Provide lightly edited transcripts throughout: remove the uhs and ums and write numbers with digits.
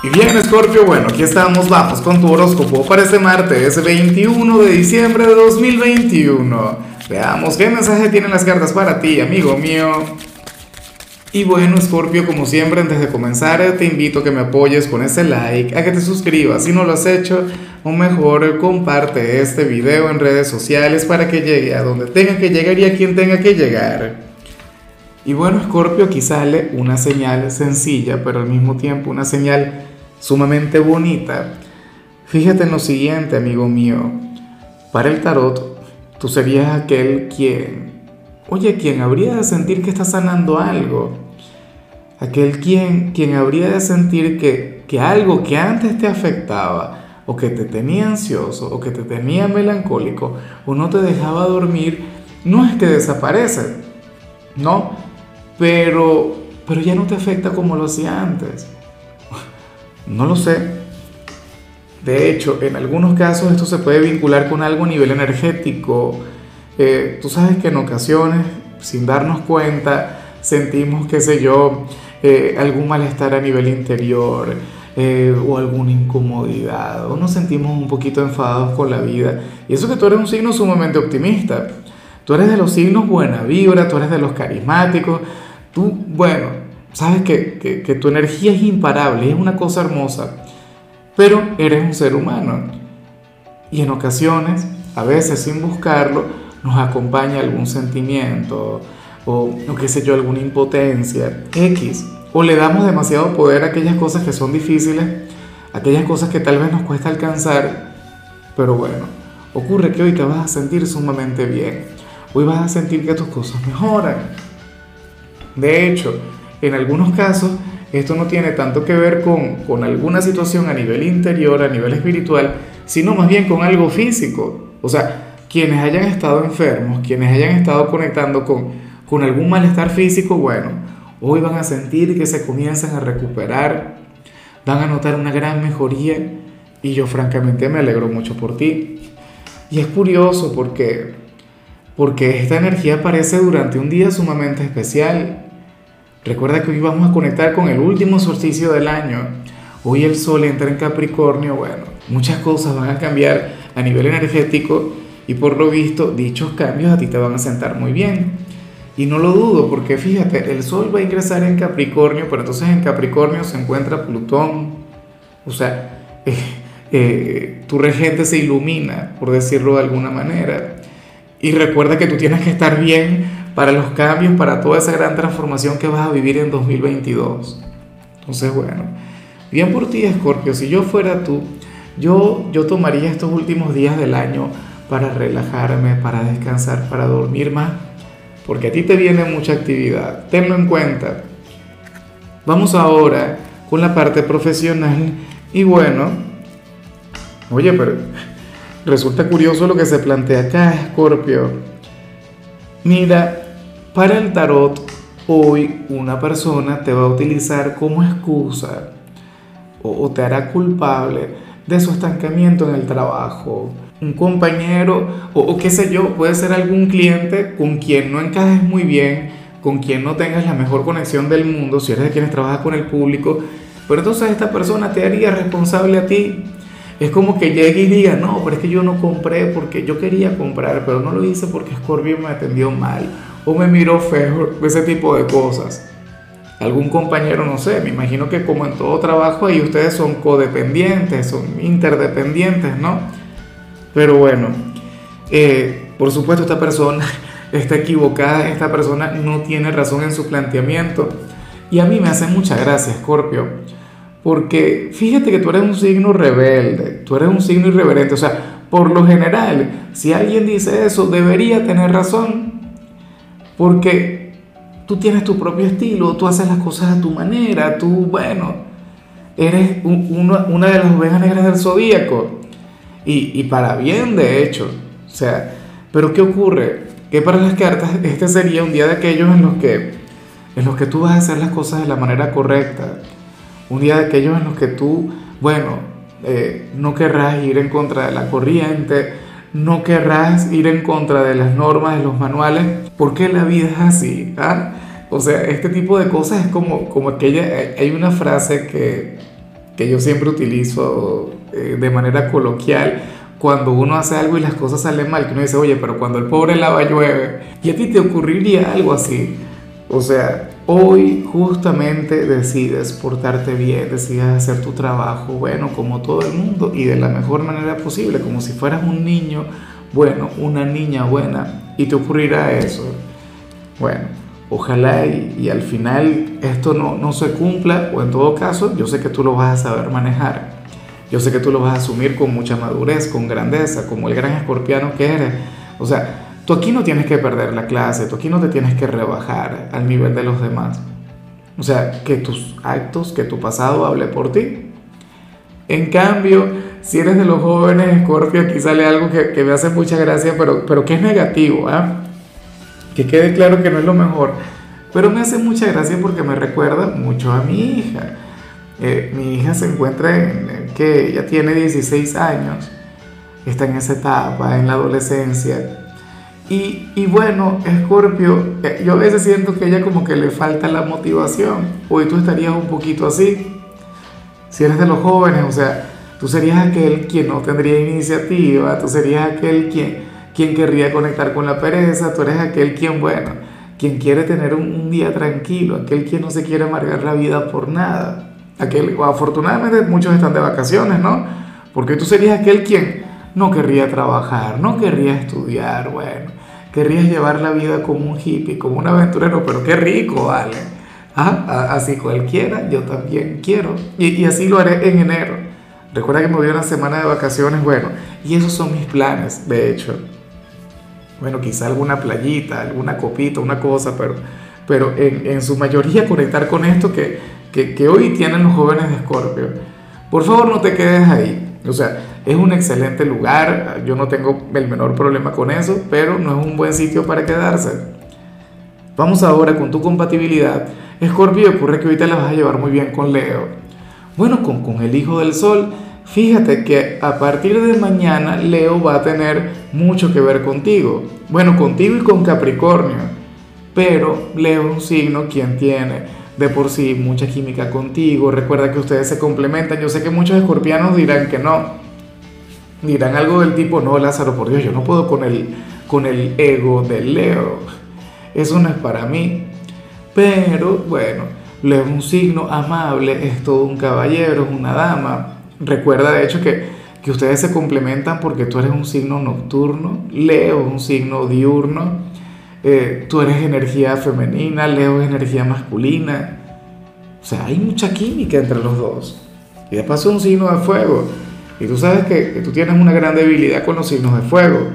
Y bien, Escorpio, bueno, aquí estamos, vamos con tu horóscopo para este martes 21 de diciembre de 2021. Veamos qué mensaje tienen las cartas para ti, amigo mío. Y bueno, Escorpio, como siempre, antes de comenzar, te invito a que me apoyes con ese like, a que te suscribas si no lo has hecho, o mejor, comparte este video en redes sociales para que llegue a donde tenga que llegar y a quien tenga que llegar. Y bueno, Escorpio, aquí sale una señal sencilla, pero al mismo tiempo una señal sumamente bonita. Fíjate en lo siguiente, amigo mío. Para el tarot, tú serías aquel quien habría de sentir que está sanando algo. Aquel quien habría de sentir que algo que antes te afectaba, o que te tenía ansioso, o que te tenía melancólico, o no te dejaba dormir, no es que desaparece, no, pero ya no te afecta como lo hacía antes. No lo sé. De hecho, en algunos casos esto se puede vincular con algo a nivel energético. Tú sabes que en ocasiones, sin darnos cuenta, sentimos, qué sé yo, algún malestar a nivel interior, o alguna incomodidad, o nos sentimos un poquito enfadados con la vida. Y eso que tú eres un signo sumamente optimista. Tú eres de los signos buena vibra, tú eres de los carismáticos. Tú, bueno, sabes que tu energía es imparable, es una cosa hermosa, pero eres un ser humano. Y en ocasiones, a veces sin buscarlo, nos acompaña algún sentimiento, o qué sé yo, alguna impotencia, X. O le damos demasiado poder a aquellas cosas que son difíciles, aquellas cosas que tal vez nos cuesta alcanzar, pero bueno, ocurre que hoy te vas a sentir sumamente bien. Hoy vas a sentir que tus cosas mejoran. De hecho, en algunos casos, esto no tiene tanto que ver con alguna situación a nivel interior, a nivel espiritual, sino más bien con algo físico. O sea, quienes hayan estado enfermos, quienes hayan estado conectando con algún malestar físico, bueno, hoy van a sentir que se comienzan a recuperar, van a notar una gran mejoría, y yo francamente me alegro mucho por ti. Y es curioso porque esta energía aparece durante un día sumamente especial. Recuerda que hoy vamos a conectar con el último solsticio del año. Hoy el sol entra en Capricornio. Bueno, muchas cosas van a cambiar a nivel energético, y por lo visto dichos cambios a ti te van a sentar muy bien. Y no lo dudo, porque fíjate, el sol va a ingresar en Capricornio, pero entonces en Capricornio se encuentra Plutón. O sea, tu regente se ilumina, por decirlo de alguna manera. Y recuerda que tú tienes que estar bien para los cambios, para toda esa gran transformación que vas a vivir en 2022. Entonces, bueno, bien por ti, Escorpio. Si yo fuera tú, yo tomaría estos últimos días del año para relajarme, para descansar, para dormir más, porque a ti te viene mucha actividad. Tenlo en cuenta. Vamos ahora con la parte profesional. Y bueno, oye, pero resulta curioso lo que se plantea acá, Escorpio. Mira, para el tarot, hoy una persona te va a utilizar como excusa, o te hará culpable de su estancamiento en el trabajo. Un compañero, o qué sé yo, puede ser algún cliente con quien no encajes muy bien, con quien no tengas la mejor conexión del mundo, si eres de quienes trabajas con el público, pero entonces esta persona te haría responsable a ti. Es como que llegue y diga, no, pero es que yo no compré porque yo quería comprar, pero no lo hice porque Scorpio me atendió mal, o me miró feo, ese tipo de cosas. Algún compañero, no sé, me imagino que como en todo trabajo ahí ustedes son codependientes, son interdependientes, ¿no? Pero bueno, por supuesto esta persona está equivocada, esta persona no tiene razón en su planteamiento. Y a mí me hace mucha gracia, Scorpio, porque fíjate que tú eres un signo rebelde, tú eres un signo irreverente. O sea, por lo general, si alguien dice eso, debería tener razón, porque tú tienes tu propio estilo, tú haces las cosas a tu manera, tú, bueno, eres una de las ovejas negras del zodíaco, y para bien, de hecho. O sea, pero ¿qué ocurre? Que para las cartas este sería un día de aquellos en los que tú vas a hacer las cosas de la manera correcta. Un día de aquellos en los que tú, bueno, no querrás ir en contra de la corriente, no querrás ir en contra de las normas, de los manuales, porque la vida es así, ¿ah? O sea, este tipo de cosas es como aquella, hay una frase que yo siempre utilizo de manera coloquial cuando uno hace algo y las cosas salen mal, que uno dice, oye, pero cuando el pobre lava llueve, y a ti te ocurriría algo así. O sea, hoy justamente decides portarte bien, decides hacer tu trabajo, bueno, como todo el mundo y de la mejor manera posible, como si fueras un niño bueno, una niña buena, y te ocurrirá eso. Bueno, ojalá y al final esto no se cumpla, o en todo caso, yo sé que tú lo vas a saber manejar. Yo sé que tú lo vas a asumir con mucha madurez, con grandeza, como el gran escorpiano que eres. O sea, tú aquí no tienes que perder la clase, tú aquí no te tienes que rebajar al nivel de los demás. O sea, que tus actos, que tu pasado hable por ti. En cambio, si eres de los jóvenes Escorpio, aquí sale algo que me hace mucha gracia, pero que es negativo, ¿ah? Que quede claro que no es lo mejor. Pero me hace mucha gracia porque me recuerda mucho a mi hija. Mi hija se encuentra en que ella tiene 16 años, está en esa etapa, en la adolescencia. Y bueno, Escorpio, yo a veces siento que a ella como que le falta la motivación. Hoy tú estarías un poquito así. Si eres de los jóvenes, o sea, tú serías aquel quien no tendría iniciativa, tú serías aquel quien querría conectar con la pereza, tú eres aquel quien, bueno, quien quiere tener un día tranquilo, aquel quien no se quiere amargar la vida por nada. Aquel, o afortunadamente muchos están de vacaciones, ¿no? Porque tú serías aquel quien no querría trabajar, no querría estudiar, bueno, querrías llevar la vida como un hippie, como un aventurero, pero qué rico, vale. Así cualquiera, yo también quiero. Y así lo haré en enero. Recuerda que me voy a una semana de vacaciones, bueno, y esos son mis planes, de hecho. Bueno, quizá alguna playita, alguna copita, una cosa, pero en su mayoría conectar con esto que hoy tienen los jóvenes de Escorpio. Por favor, no te quedes ahí. O sea, es un excelente lugar, yo no tengo el menor problema con eso, pero no es un buen sitio para quedarse. Vamos ahora con tu compatibilidad. Escorpio, ocurre que ahorita la vas a llevar muy bien con Leo. Bueno, con el hijo del sol, fíjate que a partir de mañana Leo va a tener mucho que ver contigo. Bueno, contigo y con Capricornio. Pero Leo es un signo quien tiene de por sí mucha química contigo. Recuerda que ustedes se complementan. Yo sé que muchos escorpianos dirán que no. Dirán algo del tipo, no, Lázaro, por Dios, yo no puedo con el ego de Leo. Eso no es para mí. Pero bueno, Leo es un signo amable, es todo un caballero, es una dama. Recuerda de hecho que ustedes se complementan porque tú eres un signo nocturno, Leo es un signo diurno, tú eres energía femenina, Leo es energía masculina. O sea, hay mucha química entre los dos. Y de paso es un signo de fuego. Y tú sabes que tú tienes una gran debilidad con los signos de fuego.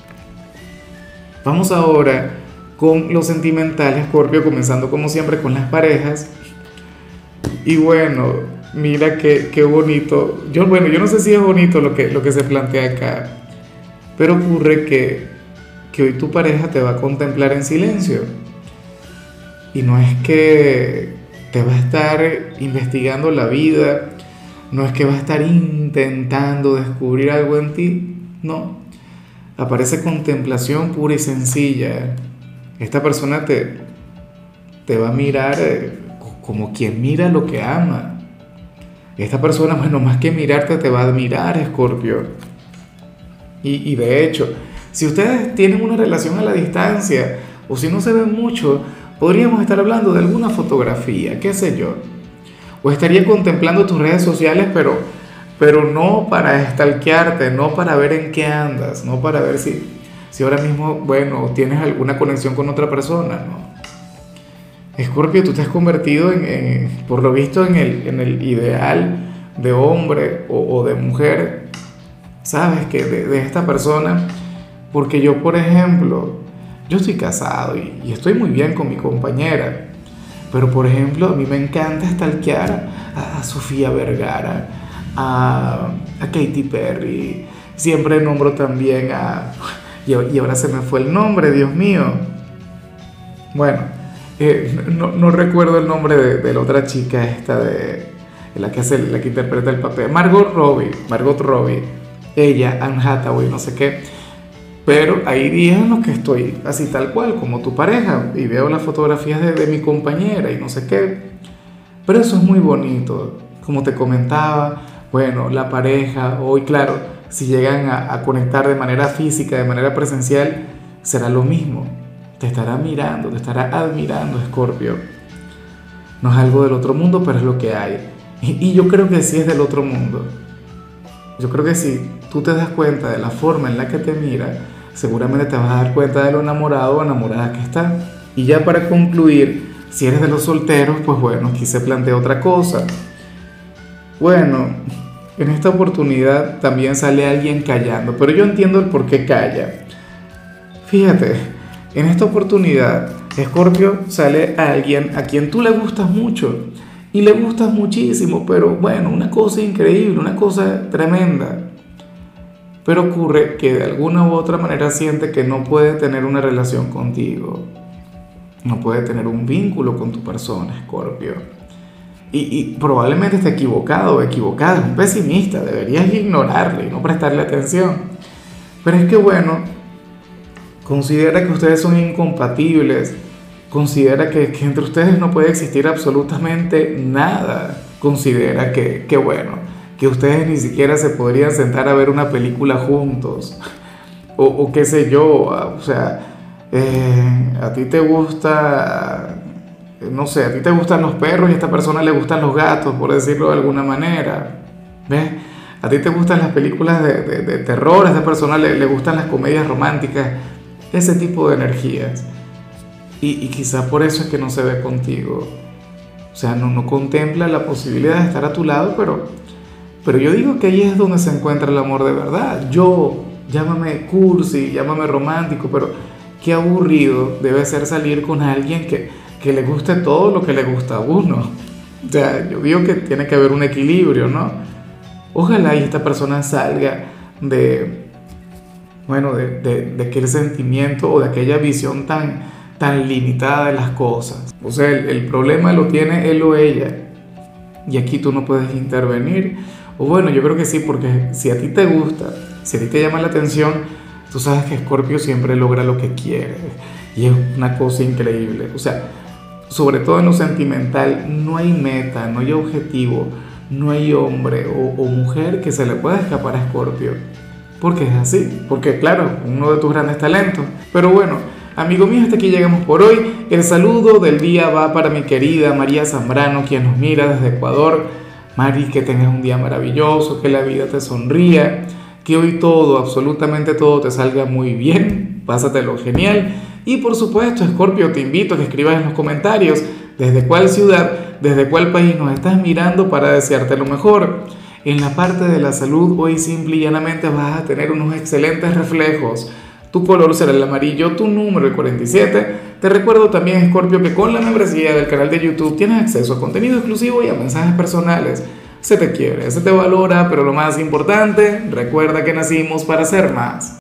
Vamos ahora con lo sentimental, Escorpio, comenzando como siempre con las parejas. Y bueno, mira qué bonito. Bueno, yo no sé si es bonito lo que se plantea acá, pero ocurre que hoy tu pareja te va a contemplar en silencio. Y no es que te va a estar investigando la vida, no es que va a estar intentando descubrir algo en ti, no. Aparece contemplación pura y sencilla. Esta persona te va a mirar como quien mira lo que ama. Esta persona, bueno, más que mirarte, te va a admirar, Escorpio. Y de hecho, si ustedes tienen una relación a la distancia, o si no se ven mucho, podríamos estar hablando de alguna fotografía, qué sé yo. O estaría contemplando tus redes sociales, pero no para stalkearte, no para ver en qué andas, no para ver si ahora mismo, bueno, tienes alguna conexión con otra persona, ¿no? Escorpio, tú te has convertido por lo visto, en el ideal de hombre o de mujer, ¿sabes? Que de esta persona, porque yo, por ejemplo, yo estoy casado y estoy muy bien con mi compañera, pero por ejemplo, a mí me encanta stalkear a Sofía Vergara, a Katy Perry, siempre nombro también y ahora se me fue el nombre, Dios mío. Bueno, no recuerdo el nombre de la otra chica esta la que interpreta el papel, Margot Robbie, ella, Anne Hathaway, no sé qué. Pero hay días en los que estoy así tal cual, como tu pareja, y veo las fotografías de mi compañera y no sé qué. Pero eso es muy bonito, como te comentaba, bueno, la pareja, hoy claro, si llegan a conectar de manera física, de manera presencial, será lo mismo. Te estará mirando, te estará admirando, Escorpio. No es algo del otro mundo, pero es lo que hay. Y yo creo que sí es del otro mundo. Yo creo que si tú te das cuenta de la forma en la que te mira, seguramente te vas a dar cuenta de lo enamorado o enamorada que está. Y ya para concluir, si eres de los solteros, pues bueno, aquí se plantea otra cosa. Bueno, en esta oportunidad también sale alguien callando, pero yo entiendo el por qué calla. Fíjate, en esta oportunidad, Escorpio, sale alguien a quien tú le gustas mucho y le gustas muchísimo, pero bueno, una cosa increíble, una cosa tremenda. Pero ocurre que de alguna u otra manera siente que no puede tener una relación contigo, no puede tener un vínculo con tu persona, Escorpio. Y probablemente esté equivocado o equivocada, es un pesimista, deberías ignorarle y no prestarle atención. Pero es que bueno, considera que ustedes son incompatibles, considera que entre ustedes no puede existir absolutamente nada, considera que bueno, que ustedes ni siquiera se podrían sentar a ver una película juntos, o qué sé yo, o sea, a ti te gusta, no sé, a ti te gustan los perros y a esta persona le gustan los gatos, por decirlo de alguna manera, ¿ves? A ti te gustan las películas de terror, a esta persona le gustan las comedias románticas, ese tipo de energías. Y quizá por eso es que no se ve contigo. O sea, no contempla la posibilidad de estar a tu lado, pero yo digo que ahí es donde se encuentra el amor de verdad. Llámame cursi, llámame romántico, pero qué aburrido debe ser salir con alguien que le guste todo lo que le gusta a uno. O sea, yo digo que tiene que haber un equilibrio, ¿no? Ojalá y esta persona salga bueno, de aquel sentimiento o de aquella visión tan limitada de las cosas. O sea, el problema lo tiene él o ella. Y aquí tú no puedes intervenir. O bueno, yo creo que sí, porque si a ti te gusta, si a ti te llama la atención, tú sabes que Escorpio siempre logra lo que quiere. Y es una cosa increíble. O sea, sobre todo en lo sentimental, no hay meta, no hay objetivo, no hay hombre o mujer que se le pueda escapar a Escorpio. Porque es así, porque claro, uno de tus grandes talentos. Pero bueno, amigo mío, hasta aquí llegamos por hoy. El saludo del día va para mi querida María Zambrano, quien nos mira desde Ecuador. Mari, que tengas un día maravilloso, que la vida te sonría, que hoy todo, absolutamente todo te salga muy bien, pásatelo genial. Y por supuesto, Escorpio, te invito a que escribas en los comentarios desde cuál ciudad, desde cuál país nos estás mirando para desearte lo mejor. En la parte de la salud, hoy simple y llanamente vas a tener unos excelentes reflejos. Tu color será el amarillo, tu número el 47. Te recuerdo también, Escorpio, que con la membresía del canal de YouTube tienes acceso a contenido exclusivo y a mensajes personales. Se te quiere, se te valora, pero lo más importante, recuerda que nacimos para ser más.